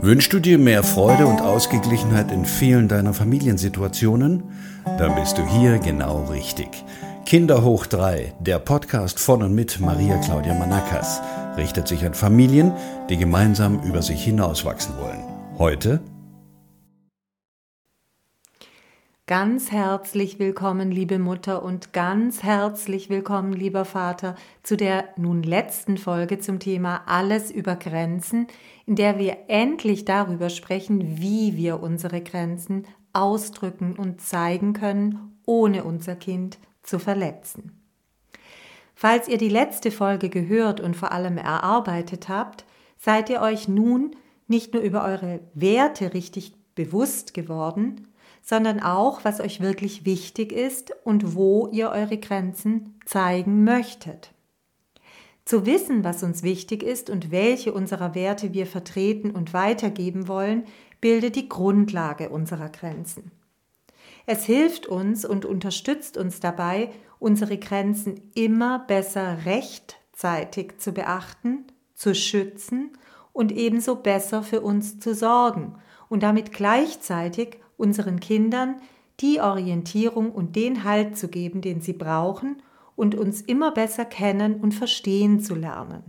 Wünschst du dir mehr Freude und Ausgeglichenheit in vielen deiner Familiensituationen? Dann bist du hier genau richtig. Kinder hoch 3, der Podcast von und mit Maria Claudia Manakas, richtet sich an Familien, die gemeinsam über sich hinauswachsen wollen. Heute: Ganz herzlich willkommen, liebe Mutter, und ganz herzlich willkommen, lieber Vater, zu der nun letzten Folge zum Thema Alles über Grenzen, in der wir endlich darüber sprechen, wie wir unsere Grenzen ausdrücken und zeigen können, ohne unser Kind zu verletzen. Falls ihr die letzte Folge gehört und vor allem erarbeitet habt, seid ihr euch nun nicht nur über eure Werte richtig bewusst geworden, sondern auch, was euch wirklich wichtig ist und wo ihr eure Grenzen zeigen möchtet. Zu wissen, was uns wichtig ist und welche unserer Werte wir vertreten und weitergeben wollen, bildet die Grundlage unserer Grenzen. Es hilft uns und unterstützt uns dabei, unsere Grenzen immer besser rechtzeitig zu beachten, zu schützen und ebenso besser für uns zu sorgen und damit gleichzeitig unseren Kindern die Orientierung und den Halt zu geben, den sie brauchen, und uns immer besser kennen und verstehen zu lernen.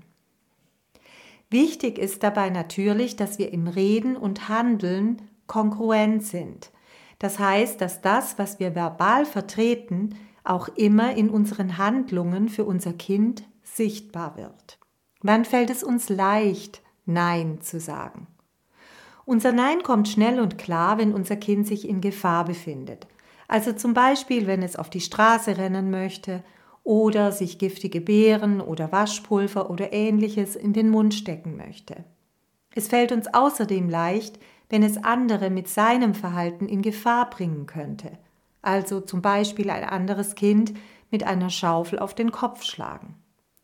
Wichtig ist dabei natürlich, dass wir im Reden und Handeln kongruent sind. Das heißt, dass das, was wir verbal vertreten, auch immer in unseren Handlungen für unser Kind sichtbar wird. Wann fällt es uns leicht, Nein zu sagen? Unser Nein kommt schnell und klar, wenn unser Kind sich in Gefahr befindet. Also zum Beispiel, wenn es auf die Straße rennen möchte oder sich giftige Beeren oder Waschpulver oder Ähnliches in den Mund stecken möchte. Es fällt uns außerdem leicht, wenn es andere mit seinem Verhalten in Gefahr bringen könnte. Also zum Beispiel ein anderes Kind mit einer Schaufel auf den Kopf schlagen.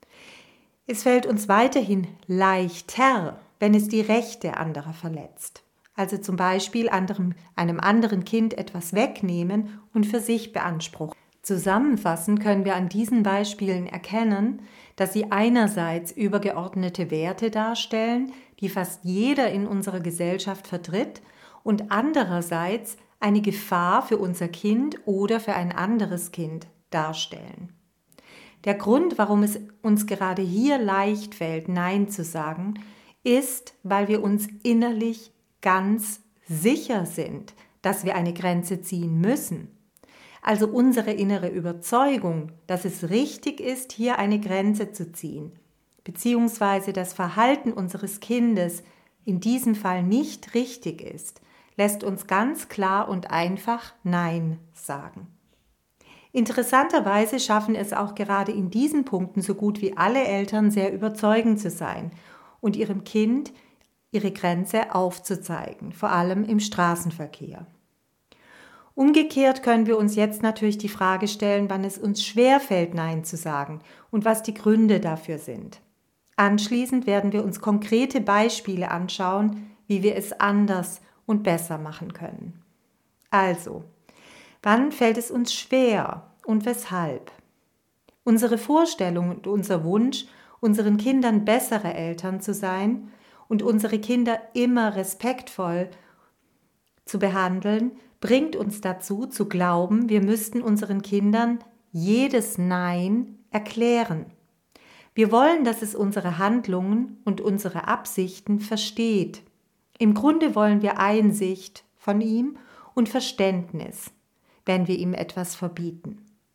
Es fällt uns weiterhin leichter, wenn es die Rechte anderer verletzt. Also zum Beispiel einem anderen Kind etwas wegnehmen und für sich beanspruchen. Zusammenfassend können wir an diesen Beispielen erkennen, dass sie einerseits übergeordnete Werte darstellen, die fast jeder in unserer Gesellschaft vertritt, und andererseits eine Gefahr für unser Kind oder für ein anderes Kind darstellen. Der Grund, warum es uns gerade hier leicht fällt, Nein zu sagen, ist, weil wir uns innerlich ganz sicher sind, dass wir eine Grenze ziehen müssen. Also unsere innere Überzeugung, dass es richtig ist, hier eine Grenze zu ziehen, beziehungsweise das Verhalten unseres Kindes in diesem Fall nicht richtig ist, lässt uns ganz klar und einfach Nein sagen. Interessanterweise schaffen es auch gerade in diesen Punkten so gut wie alle Eltern sehr überzeugend zu sein und ihrem Kind ihre Grenze aufzuzeigen, vor allem im Straßenverkehr. Umgekehrt können wir uns jetzt natürlich die Frage stellen, wann es uns schwerfällt, Nein zu sagen und was die Gründe dafür sind. Anschließend werden wir uns konkrete Beispiele anschauen, wie wir es anders und besser machen können. Also, wann fällt es uns schwer und weshalb? Unsere Vorstellung und unser Wunsch, unseren Kindern bessere Eltern zu sein und unsere Kinder immer respektvoll zu behandeln, bringt uns dazu zu glauben, wir müssten unseren Kindern jedes Nein erklären. Wir wollen, dass es unsere Handlungen und unsere Absichten versteht. Im Grunde wollen wir Einsicht von ihm und Verständnis, wenn wir ihm etwas verbieten.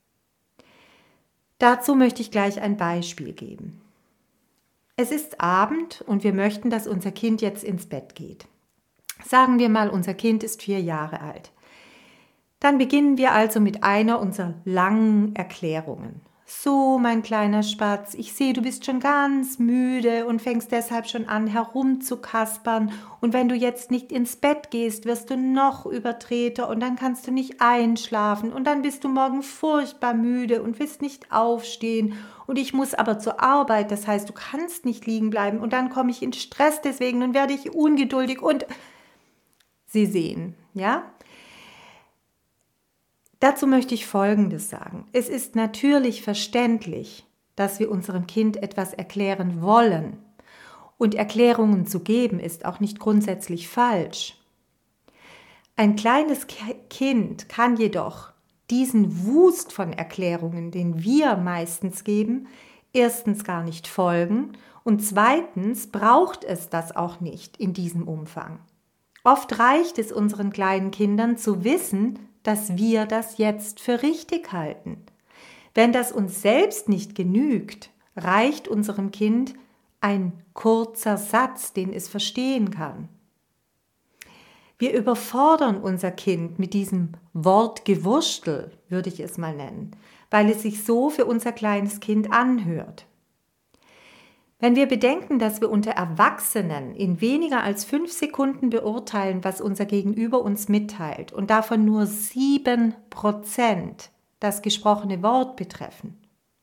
Dazu möchte ich gleich ein Beispiel geben. Es ist Abend und wir möchten, dass unser Kind jetzt ins Bett geht. Sagen wir mal, unser Kind ist 4 Jahre alt. Dann beginnen wir also mit einer unserer langen Erklärungen. So, mein kleiner Spatz, ich sehe, du bist schon ganz müde und fängst deshalb schon an, herumzukaspern. Und wenn du jetzt nicht ins Bett gehst, wirst du noch überdrehter und dann kannst du nicht einschlafen. Und dann bist du morgen furchtbar müde und willst nicht aufstehen. Und ich muss aber zur Arbeit, das heißt, du kannst nicht liegen bleiben. Und dann komme ich in Stress deswegen und werde ich ungeduldig und Sie sehen, ja? Dazu möchte ich Folgendes sagen. Es ist natürlich verständlich, dass wir unserem Kind etwas erklären wollen. Und Erklärungen zu geben ist auch nicht grundsätzlich falsch. Ein kleines Kind kann jedoch diesen Wust von Erklärungen, den wir meistens geben, erstens gar nicht folgen und zweitens braucht es das auch nicht in diesem Umfang. Oft reicht es unseren kleinen Kindern zu wissen, dass wir das jetzt für richtig halten. Wenn das uns selbst nicht genügt, reicht unserem Kind ein kurzer Satz, den es verstehen kann. Wir überfordern unser Kind mit diesem Wortgewurstel, würde ich es mal nennen, weil es sich so für unser kleines Kind anhört. Wenn wir bedenken, dass wir unter Erwachsenen in weniger als 5 Sekunden beurteilen, was unser Gegenüber uns mitteilt und davon nur 7% das gesprochene Wort betreffen,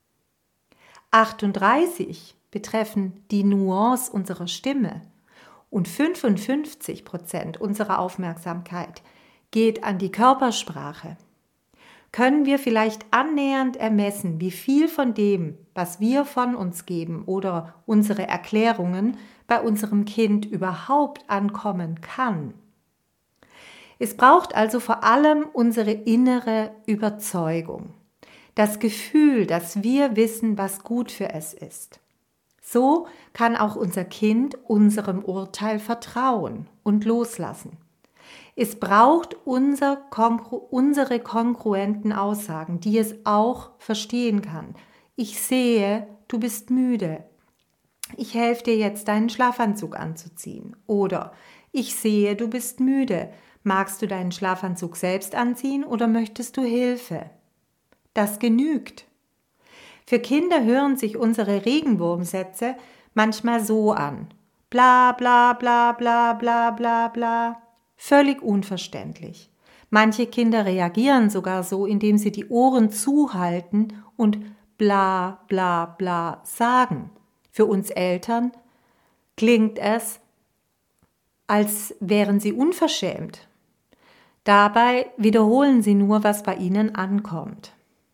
38 betreffen die Nuance unserer Stimme und 55% unserer Aufmerksamkeit geht an die Körpersprache, können wir vielleicht annähernd ermessen, wie viel von dem, was wir von uns geben oder unsere Erklärungen bei unserem Kind überhaupt ankommen kann. Es braucht also vor allem unsere innere Überzeugung, das Gefühl, dass wir wissen, was gut für es ist. So kann auch unser Kind unserem Urteil vertrauen und loslassen. Es braucht unsere kongruenten Aussagen, die es auch verstehen kann. Ich sehe, du bist müde. Ich helfe dir jetzt, deinen Schlafanzug anzuziehen. Oder ich sehe, du bist müde. Magst du deinen Schlafanzug selbst anziehen oder möchtest du Hilfe? Das genügt. Für Kinder hören sich unsere Regenwurmsätze manchmal so an. Bla bla bla bla bla bla bla. Völlig unverständlich. Manche Kinder reagieren sogar so, indem sie die Ohren zuhalten und bla bla bla sagen. Für uns Eltern klingt es, als wären sie unverschämt. Dabei wiederholen sie nur, was bei ihnen ankommt.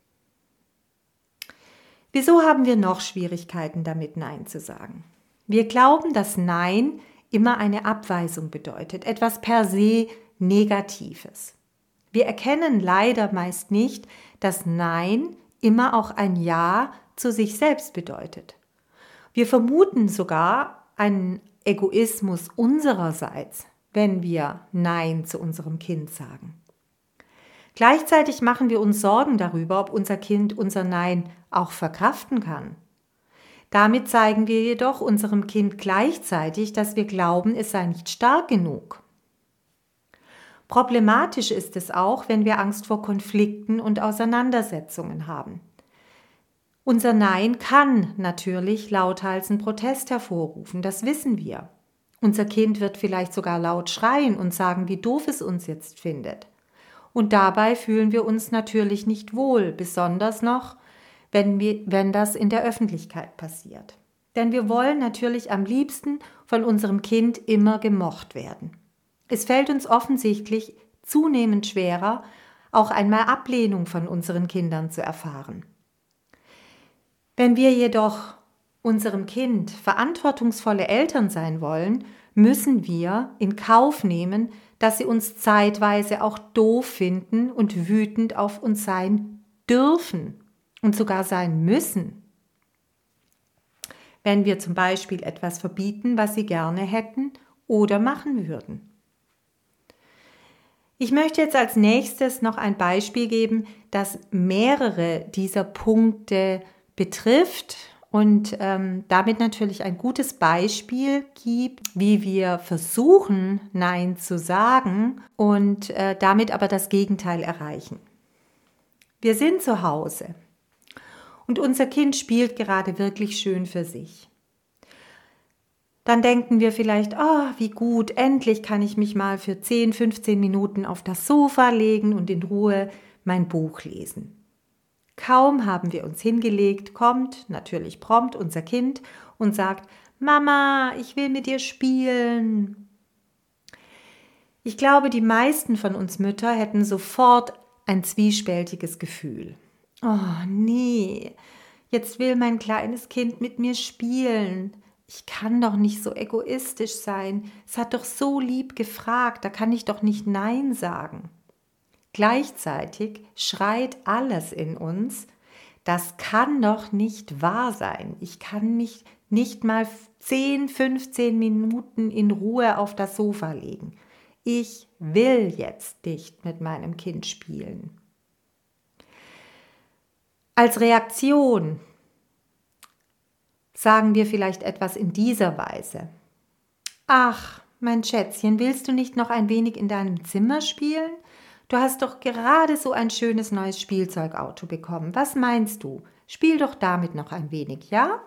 Wieso haben wir noch Schwierigkeiten damit, Nein zu sagen? Wir glauben, dass Nein immer eine Abweisung bedeutet, etwas per se Negatives. Wir erkennen leider meist nicht, dass Nein immer auch ein Ja zu sich selbst bedeutet. Wir vermuten sogar einen Egoismus unsererseits, wenn wir Nein zu unserem Kind sagen. Gleichzeitig machen wir uns Sorgen darüber, ob unser Kind unser Nein auch verkraften kann. Damit zeigen wir jedoch unserem Kind gleichzeitig, dass wir glauben, es sei nicht stark genug. Problematisch ist es auch, wenn wir Angst vor Konflikten und Auseinandersetzungen haben. Unser Nein kann natürlich lauthals einen Protest hervorrufen, das wissen wir. Unser Kind wird vielleicht sogar laut schreien und sagen, wie doof es uns jetzt findet. Und dabei fühlen wir uns natürlich nicht wohl, besonders noch, wenn das in der Öffentlichkeit passiert. Denn wir wollen natürlich am liebsten von unserem Kind immer gemocht werden. Es fällt uns offensichtlich zunehmend schwerer, auch einmal Ablehnung von unseren Kindern zu erfahren. Wenn wir jedoch unserem Kind verantwortungsvolle Eltern sein wollen, müssen wir in Kauf nehmen, dass sie uns zeitweise auch doof finden und wütend auf uns sein dürfen und sogar sein müssen. Wenn wir zum Beispiel etwas verbieten, was sie gerne hätten oder machen würden. Ich möchte jetzt als nächstes noch ein Beispiel geben, das mehrere dieser Punkte betrifft und damit natürlich ein gutes Beispiel gibt, wie wir versuchen, Nein zu sagen und damit aber das Gegenteil erreichen. Wir sind zu Hause und unser Kind spielt gerade wirklich schön für sich. Dann denken wir vielleicht, wie gut, endlich kann ich mich mal für 10, 15 Minuten auf das Sofa legen und in Ruhe mein Buch lesen. Kaum haben wir uns hingelegt, kommt natürlich prompt unser Kind und sagt, Mama, ich will mit dir spielen. Ich glaube, die meisten von uns Mütter hätten sofort ein zwiespältiges Gefühl. Oh nee, jetzt will mein kleines Kind mit mir spielen. ich kann doch nicht so egoistisch sein. Es hat doch so lieb gefragt, da kann ich doch nicht Nein sagen. Gleichzeitig schreit alles in uns, das kann doch nicht wahr sein. Ich kann mich nicht mal 10, 15 Minuten in Ruhe auf das Sofa legen. Ich will jetzt nicht mit meinem Kind spielen. Als Reaktion sagen wir vielleicht etwas in dieser Weise. Ach, mein Schätzchen, willst du nicht noch ein wenig in deinem Zimmer spielen? Du hast doch gerade so ein schönes neues Spielzeugauto bekommen. Was meinst du? Spiel doch damit noch ein wenig, ja?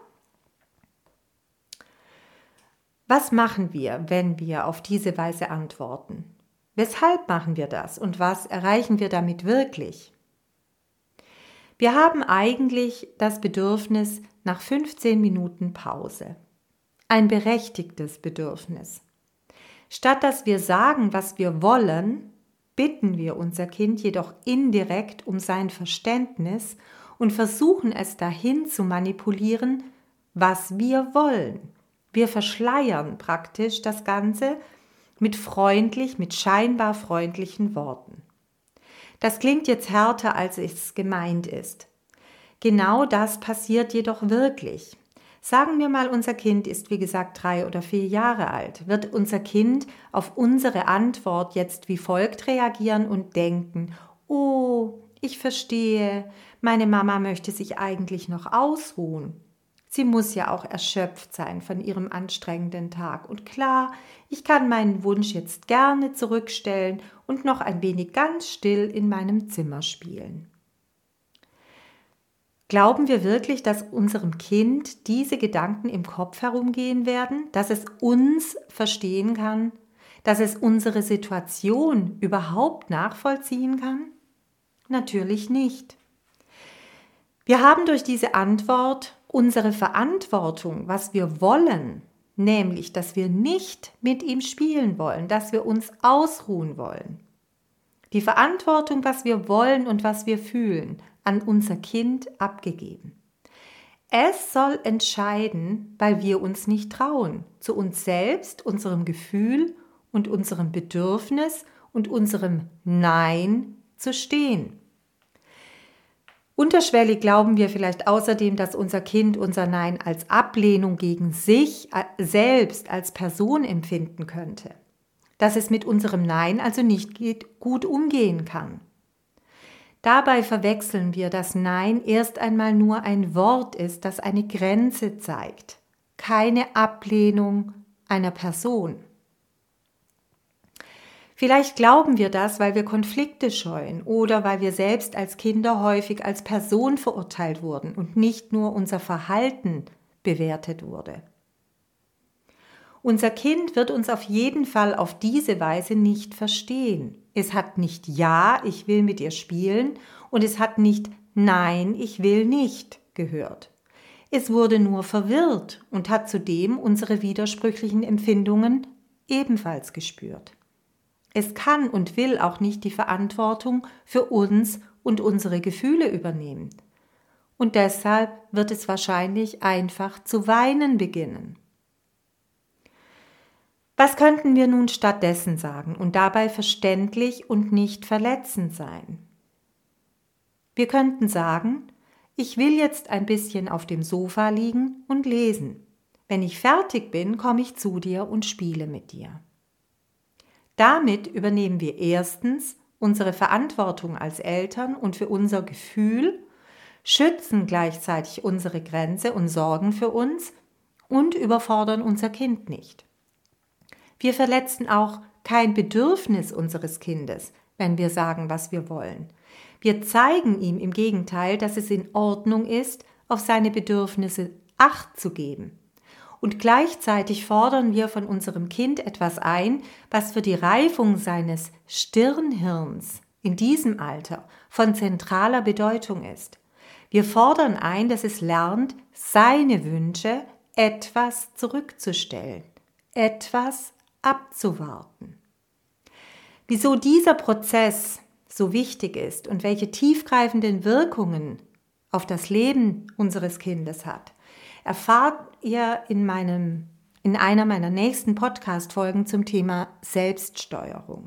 Was machen wir, wenn wir auf diese Weise antworten? Weshalb machen wir das und was erreichen wir damit wirklich? Wir haben eigentlich das Bedürfnis nach 15 Minuten Pause. Ein berechtigtes Bedürfnis. Statt dass wir sagen, was wir wollen, bitten wir unser Kind jedoch indirekt um sein Verständnis und versuchen es dahin zu manipulieren, was wir wollen. Wir verschleiern praktisch das Ganze mit scheinbar freundlichen Worten. Das klingt jetzt härter, als es gemeint ist. Genau das passiert jedoch wirklich. Sagen wir mal, unser Kind ist wie gesagt 3 oder 4 Jahre alt. Wird unser Kind auf unsere Antwort jetzt wie folgt reagieren und denken, oh, ich verstehe, meine Mama möchte sich eigentlich noch ausruhen. Sie muss ja auch erschöpft sein von ihrem anstrengenden Tag. Und klar, ich kann meinen Wunsch jetzt gerne zurückstellen und noch ein wenig ganz still in meinem Zimmer spielen. Glauben wir wirklich, dass unserem Kind diese Gedanken im Kopf herumgehen werden, dass es uns verstehen kann, dass es unsere Situation überhaupt nachvollziehen kann? Natürlich nicht. Wir haben durch diese Antwort unsere Verantwortung, was wir wollen, nämlich, dass wir nicht mit ihm spielen wollen, dass wir uns ausruhen wollen. Die Verantwortung, was wir wollen und was wir fühlen, an unser Kind abgegeben. Es soll entscheiden, weil wir uns nicht trauen, zu uns selbst, unserem Gefühl und unserem Bedürfnis und unserem Nein zu stehen. Unterschwellig glauben wir vielleicht außerdem, dass unser Kind unser Nein als Ablehnung gegen sich selbst als Person empfinden könnte. Dass es mit unserem Nein also nicht gut umgehen kann. Dabei verwechseln wir, dass Nein erst einmal nur ein Wort ist, das eine Grenze zeigt, keine Ablehnung einer Person. Vielleicht glauben wir das, weil wir Konflikte scheuen oder weil wir selbst als Kinder häufig als Person verurteilt wurden und nicht nur unser Verhalten bewertet wurde. Unser Kind wird uns auf jeden Fall auf diese Weise nicht verstehen. Es hat nicht Ja, ich will mit ihr spielen und es hat nicht Nein, ich will nicht gehört. Es wurde nur verwirrt und hat zudem unsere widersprüchlichen Empfindungen ebenfalls gespürt. Es kann und will auch nicht die Verantwortung für uns und unsere Gefühle übernehmen. Und deshalb wird es wahrscheinlich einfach zu weinen beginnen. Was könnten wir nun stattdessen sagen und dabei verständlich und nicht verletzend sein? Wir könnten sagen, ich will jetzt ein bisschen auf dem Sofa liegen und lesen. Wenn ich fertig bin, komme ich zu dir und spiele mit dir. Damit übernehmen wir erstens unsere Verantwortung als Eltern und für unser Gefühl, schützen gleichzeitig unsere Grenze und sorgen für uns und überfordern unser Kind nicht. Wir verletzen auch kein Bedürfnis unseres Kindes, wenn wir sagen, was wir wollen. Wir zeigen ihm im Gegenteil, dass es in Ordnung ist, auf seine Bedürfnisse Acht zu geben. Und gleichzeitig fordern wir von unserem Kind etwas ein, was für die Reifung seines Stirnhirns in diesem Alter von zentraler Bedeutung ist. Wir fordern ein, dass es lernt, seine Wünsche etwas zurückzustellen, etwas abzuwarten. Wieso dieser Prozess so wichtig ist und welche tiefgreifenden Wirkungen auf das Leben unseres Kindes hat, erfahrt ihr in einer meiner nächsten Podcast-Folgen zum Thema Selbststeuerung.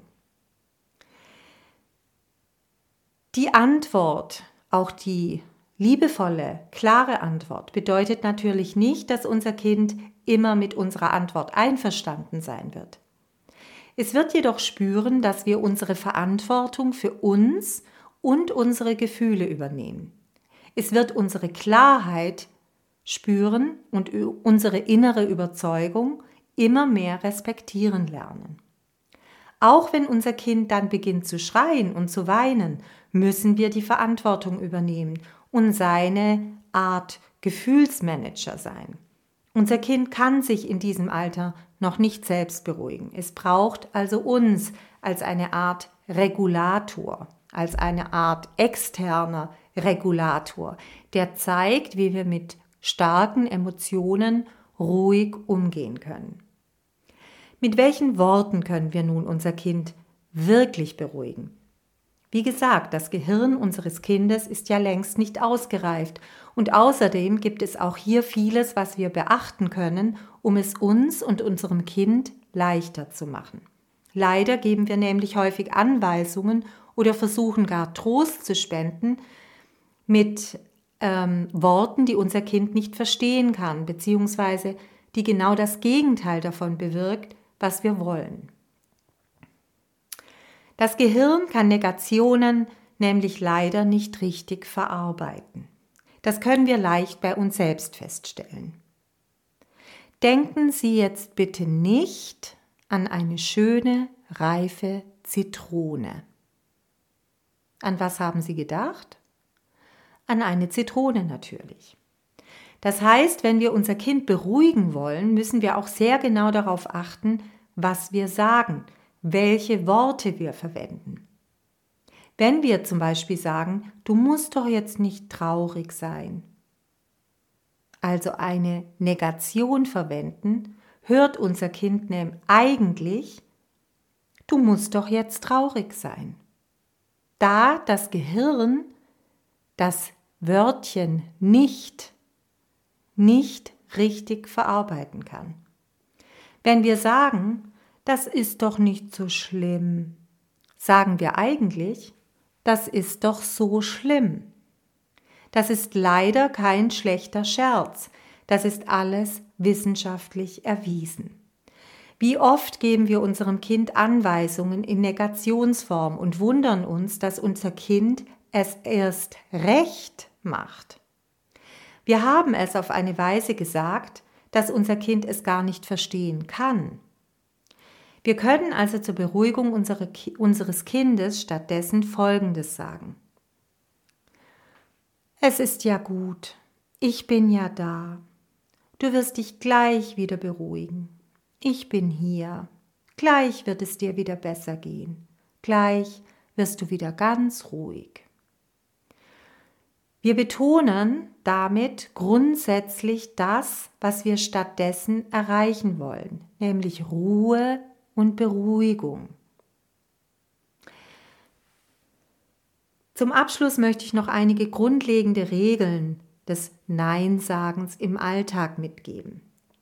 Die Antwort, auch die liebevolle, klare Antwort, bedeutet natürlich nicht, dass unser Kind immer mit unserer Antwort einverstanden sein wird. Es wird jedoch spüren, dass wir unsere Verantwortung für uns und unsere Gefühle übernehmen. Es wird unsere Klarheit spüren und unsere innere Überzeugung immer mehr respektieren lernen. Auch wenn unser Kind dann beginnt zu schreien und zu weinen, müssen wir die Verantwortung übernehmen und seine Art Gefühlsmanager sein. Unser Kind kann sich in diesem Alter noch nicht selbst beruhigen. Es braucht also uns als eine Art Regulator, als eine Art externer Regulator, der zeigt, wie wir mit starken Emotionen ruhig umgehen können. Mit welchen Worten können wir nun unser Kind wirklich beruhigen? Wie gesagt, das Gehirn unseres Kindes ist ja längst nicht ausgereift und außerdem gibt es auch hier vieles, was wir beachten können, um es uns und unserem Kind leichter zu machen. Leider geben wir nämlich häufig Anweisungen oder versuchen gar Trost zu spenden mit Worten, die unser Kind nicht verstehen kann, beziehungsweise die genau das Gegenteil davon bewirkt, was wir wollen. Das Gehirn kann Negationen nämlich leider nicht richtig verarbeiten. Das können wir leicht bei uns selbst feststellen. Denken Sie jetzt bitte nicht an eine schöne, reife Zitrone. An was haben Sie gedacht? An eine Zitrone natürlich. Das heißt, wenn wir unser Kind beruhigen wollen, müssen wir auch sehr genau darauf achten, was wir sagen, welche Worte wir verwenden. Wenn wir zum Beispiel sagen, du musst doch jetzt nicht traurig sein, also eine Negation verwenden, hört unser Kind eigentlich, du musst doch jetzt traurig sein. Da das Gehirn das Wörtchen nicht richtig verarbeiten kann. Wenn wir sagen, das ist doch nicht so schlimm, sagen wir eigentlich, das ist doch so schlimm. Das ist leider kein schlechter Scherz, das ist alles wissenschaftlich erwiesen. Wie oft geben wir unserem Kind Anweisungen in Negationsform und wundern uns, dass unser Kind es erst recht macht. Wir haben es auf eine Weise gesagt, dass unser Kind es gar nicht verstehen kann. Wir können also zur Beruhigung unseres Kindes stattdessen Folgendes sagen. Es ist ja gut, ich bin ja da. Du wirst dich gleich wieder beruhigen. Ich bin hier. Gleich wird es dir wieder besser gehen. Gleich wirst du wieder ganz ruhig. Wir betonen damit grundsätzlich das, was wir stattdessen erreichen wollen, nämlich Ruhe und Beruhigung. Zum Abschluss möchte ich noch einige grundlegende Regeln des Nein-Sagens im Alltag mitgeben.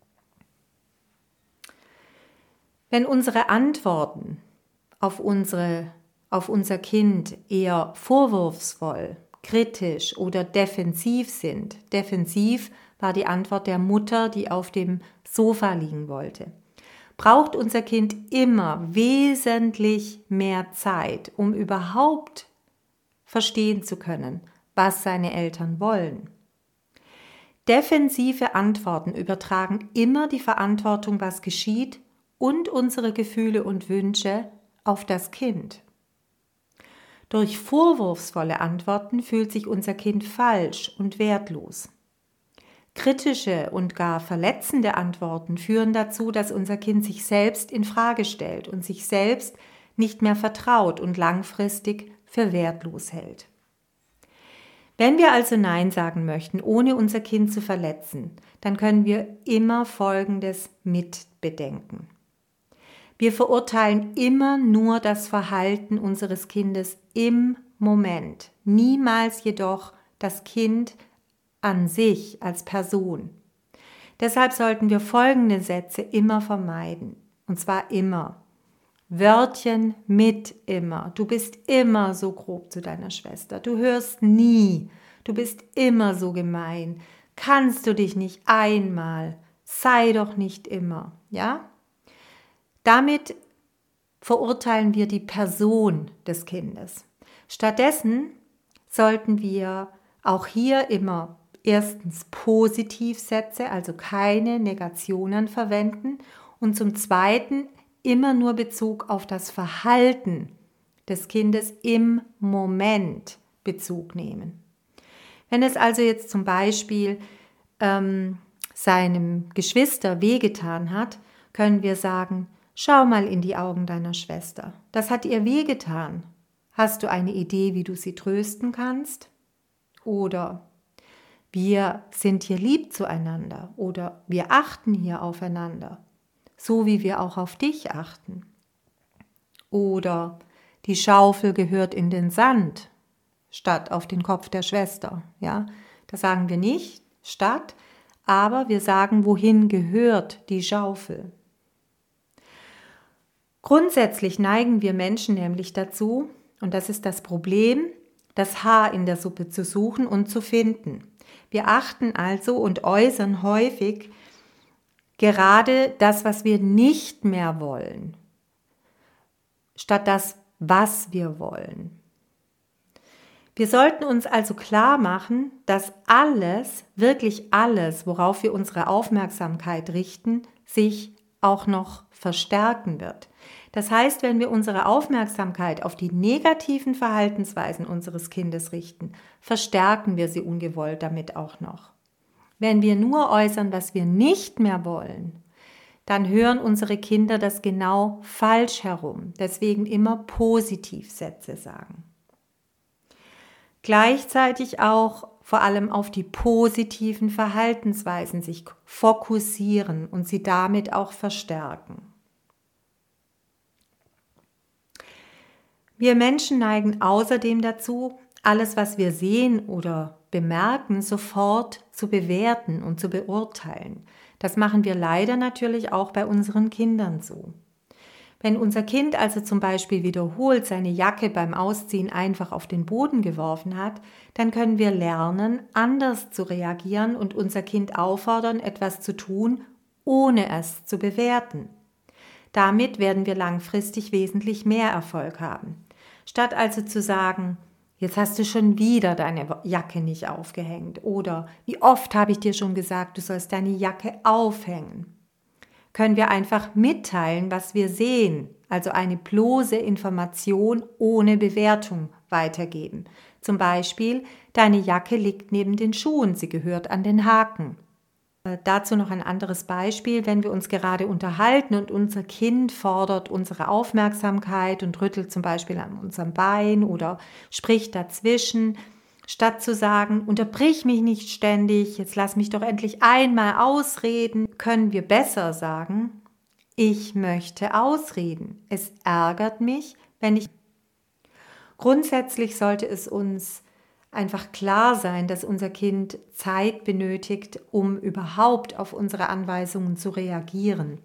Wenn unsere Antworten auf unser Kind eher vorwurfsvoll, kritisch oder defensiv sind. Defensiv war die Antwort der Mutter, die auf dem Sofa liegen wollte. Braucht unser Kind immer wesentlich mehr Zeit, um überhaupt verstehen zu können, was seine Eltern wollen. Defensive Antworten übertragen immer die Verantwortung, was geschieht, und unsere Gefühle und Wünsche auf das Kind. Durch vorwurfsvolle Antworten fühlt sich unser Kind falsch und wertlos. Kritische und gar verletzende Antworten führen dazu, dass unser Kind sich selbst in Frage stellt und sich selbst nicht mehr vertraut und langfristig für wertlos hält. Wenn wir also Nein sagen möchten, ohne unser Kind zu verletzen, dann können wir immer Folgendes mitbedenken. Wir verurteilen immer nur das Verhalten unseres Kindes im Moment, niemals jedoch das Kind an sich als Person. Deshalb sollten wir folgende Sätze immer vermeiden. Und zwar immer. Wörtchen mit immer. Du bist immer so grob zu deiner Schwester. Du hörst nie. Du bist immer so gemein. Kannst du dich nicht einmal? Sei doch nicht immer. Ja? Damit verurteilen wir die Person des Kindes. Stattdessen sollten wir auch hier immer erstens Positivsätze, also keine Negationen verwenden und zum Zweiten immer nur Bezug auf das Verhalten des Kindes im Moment Bezug nehmen. Wenn es also jetzt zum Beispiel seinem Geschwister wehgetan hat, können wir sagen, schau mal in die Augen deiner Schwester. Das hat ihr wehgetan. Hast du eine Idee, wie du sie trösten kannst? Oder wir sind hier lieb zueinander oder wir achten hier aufeinander, so wie wir auch auf dich achten. Oder die Schaufel gehört in den Sand statt auf den Kopf der Schwester. Ja, das sagen wir nicht statt, aber wir sagen, wohin gehört die Schaufel. Grundsätzlich neigen wir Menschen nämlich dazu, und das ist das Problem, das Haar in der Suppe zu suchen und zu finden. Wir achten also und äußern häufig gerade das, was wir nicht mehr wollen, statt das, was wir wollen. Wir sollten uns also klar machen, dass alles, wirklich alles, worauf wir unsere Aufmerksamkeit richten, sich auch noch verstärken wird. Das heißt, wenn wir unsere Aufmerksamkeit auf die negativen Verhaltensweisen unseres Kindes richten, verstärken wir sie ungewollt damit auch noch. Wenn wir nur äußern, was wir nicht mehr wollen, dann hören unsere Kinder das genau falsch herum. Deswegen immer Positivsätze sagen. Gleichzeitig auch vor allem auf die positiven Verhaltensweisen sich fokussieren und sie damit auch verstärken. Wir Menschen neigen außerdem dazu, alles, was wir sehen oder bemerken, sofort zu bewerten und zu beurteilen. Das machen wir leider natürlich auch bei unseren Kindern so. Wenn unser Kind also zum Beispiel wiederholt seine Jacke beim Ausziehen einfach auf den Boden geworfen hat, dann können wir lernen, anders zu reagieren und unser Kind auffordern, etwas zu tun, ohne es zu bewerten. Damit werden wir langfristig wesentlich mehr Erfolg haben. Statt also zu sagen, jetzt hast du schon wieder deine Jacke nicht aufgehängt oder wie oft habe ich dir schon gesagt, du sollst deine Jacke aufhängen, können wir einfach mitteilen, was wir sehen, also eine bloße Information ohne Bewertung weitergeben. Zum Beispiel, deine Jacke liegt neben den Schuhen, sie gehört an den Haken. Dazu noch ein anderes Beispiel, wenn wir uns gerade unterhalten und unser Kind fordert unsere Aufmerksamkeit und rüttelt zum Beispiel an unserem Bein oder spricht dazwischen, statt zu sagen, unterbrich mich nicht ständig, jetzt lass mich doch endlich einmal ausreden, können wir besser sagen, ich möchte ausreden. Es ärgert mich, wenn ich... Grundsätzlich sollte es uns einfach klar sein, dass unser Kind Zeit benötigt, um überhaupt auf unsere Anweisungen zu reagieren.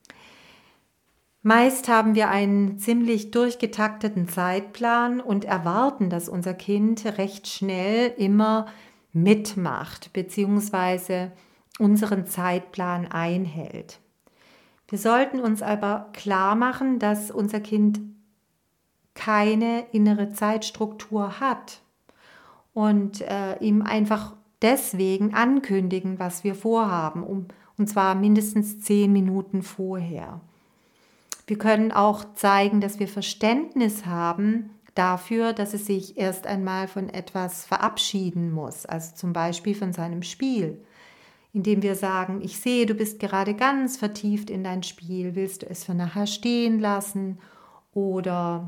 Meist haben wir einen ziemlich durchgetakteten Zeitplan und erwarten, dass unser Kind recht schnell immer mitmacht bzw. unseren Zeitplan einhält. Wir sollten uns aber klar machen, dass unser Kind keine innere Zeitstruktur hat. Und ihm einfach deswegen ankündigen, was wir vorhaben, und zwar mindestens 10 Minuten vorher. Wir können auch zeigen, dass wir Verständnis haben dafür, dass es sich erst einmal von etwas verabschieden muss, also zum Beispiel von seinem Spiel, indem wir sagen, ich sehe, du bist gerade ganz vertieft in dein Spiel, willst du es für nachher stehen lassen oder...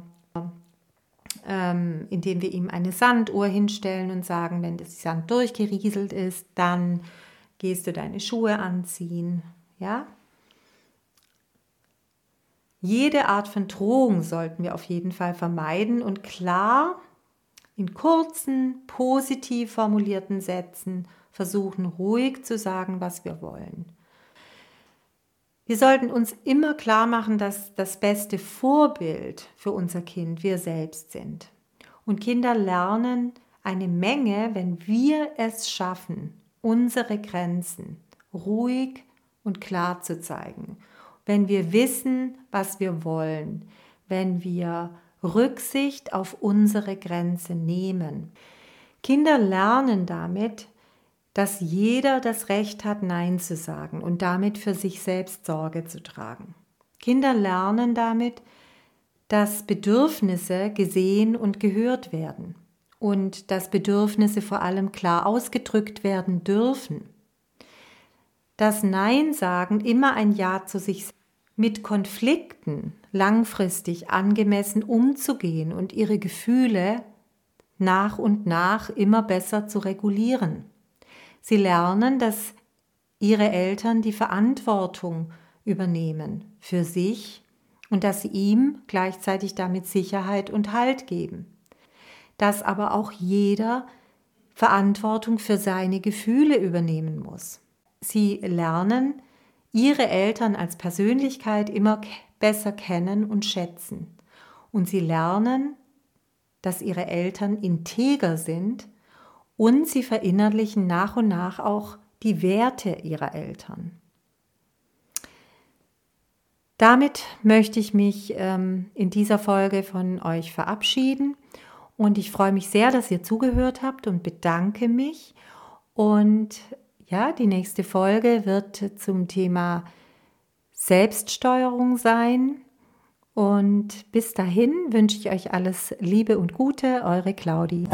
indem wir ihm eine Sanduhr hinstellen und sagen, wenn das Sand durchgerieselt ist, dann gehst du deine Schuhe anziehen. Ja? Jede Art von Drohung sollten wir auf jeden Fall vermeiden und klar in kurzen, positiv formulierten Sätzen versuchen, ruhig zu sagen, was wir wollen. Wir sollten uns immer klar machen, dass das beste Vorbild für unser Kind wir selbst sind. Und Kinder lernen eine Menge, wenn wir es schaffen, unsere Grenzen ruhig und klar zu zeigen. Wenn wir wissen, was wir wollen, wenn wir Rücksicht auf unsere Grenze nehmen. Kinder lernen damit, dass jeder das Recht hat, Nein zu sagen und damit für sich selbst Sorge zu tragen. Kinder lernen damit, dass Bedürfnisse gesehen und gehört werden und dass Bedürfnisse vor allem klar ausgedrückt werden dürfen. Dass Nein sagen immer ein Ja zu sich selbst, mit Konflikten langfristig angemessen umzugehen und ihre Gefühle nach und nach immer besser zu regulieren. Sie lernen, dass ihre Eltern die Verantwortung übernehmen für sich und dass sie ihm gleichzeitig damit Sicherheit und Halt geben. Dass aber auch jeder Verantwortung für seine Gefühle übernehmen muss. Sie lernen, ihre Eltern als Persönlichkeit immer besser kennen und schätzen. Und sie lernen, dass ihre Eltern integer sind und sie verinnerlichen nach und nach auch die Werte ihrer Eltern. Damit möchte ich mich in dieser Folge von euch verabschieden und ich freue mich sehr, dass ihr zugehört habt und bedanke mich. Und ja, die nächste Folge wird zum Thema Selbststeuerung sein. Und bis dahin wünsche ich euch alles Liebe und Gute, eure Claudi.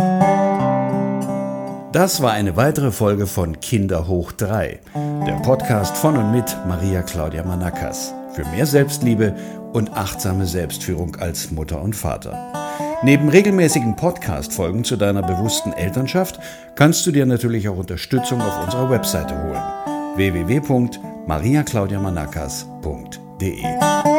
Das war eine weitere Folge von Kinder hoch 3, der Podcast von und mit Maria Claudia Manakas für mehr Selbstliebe und achtsame Selbstführung als Mutter und Vater. Neben regelmäßigen Podcast-Folgen zu deiner bewussten Elternschaft kannst du dir natürlich auch Unterstützung auf unserer Webseite holen: www.mariaclaudiamanakas.de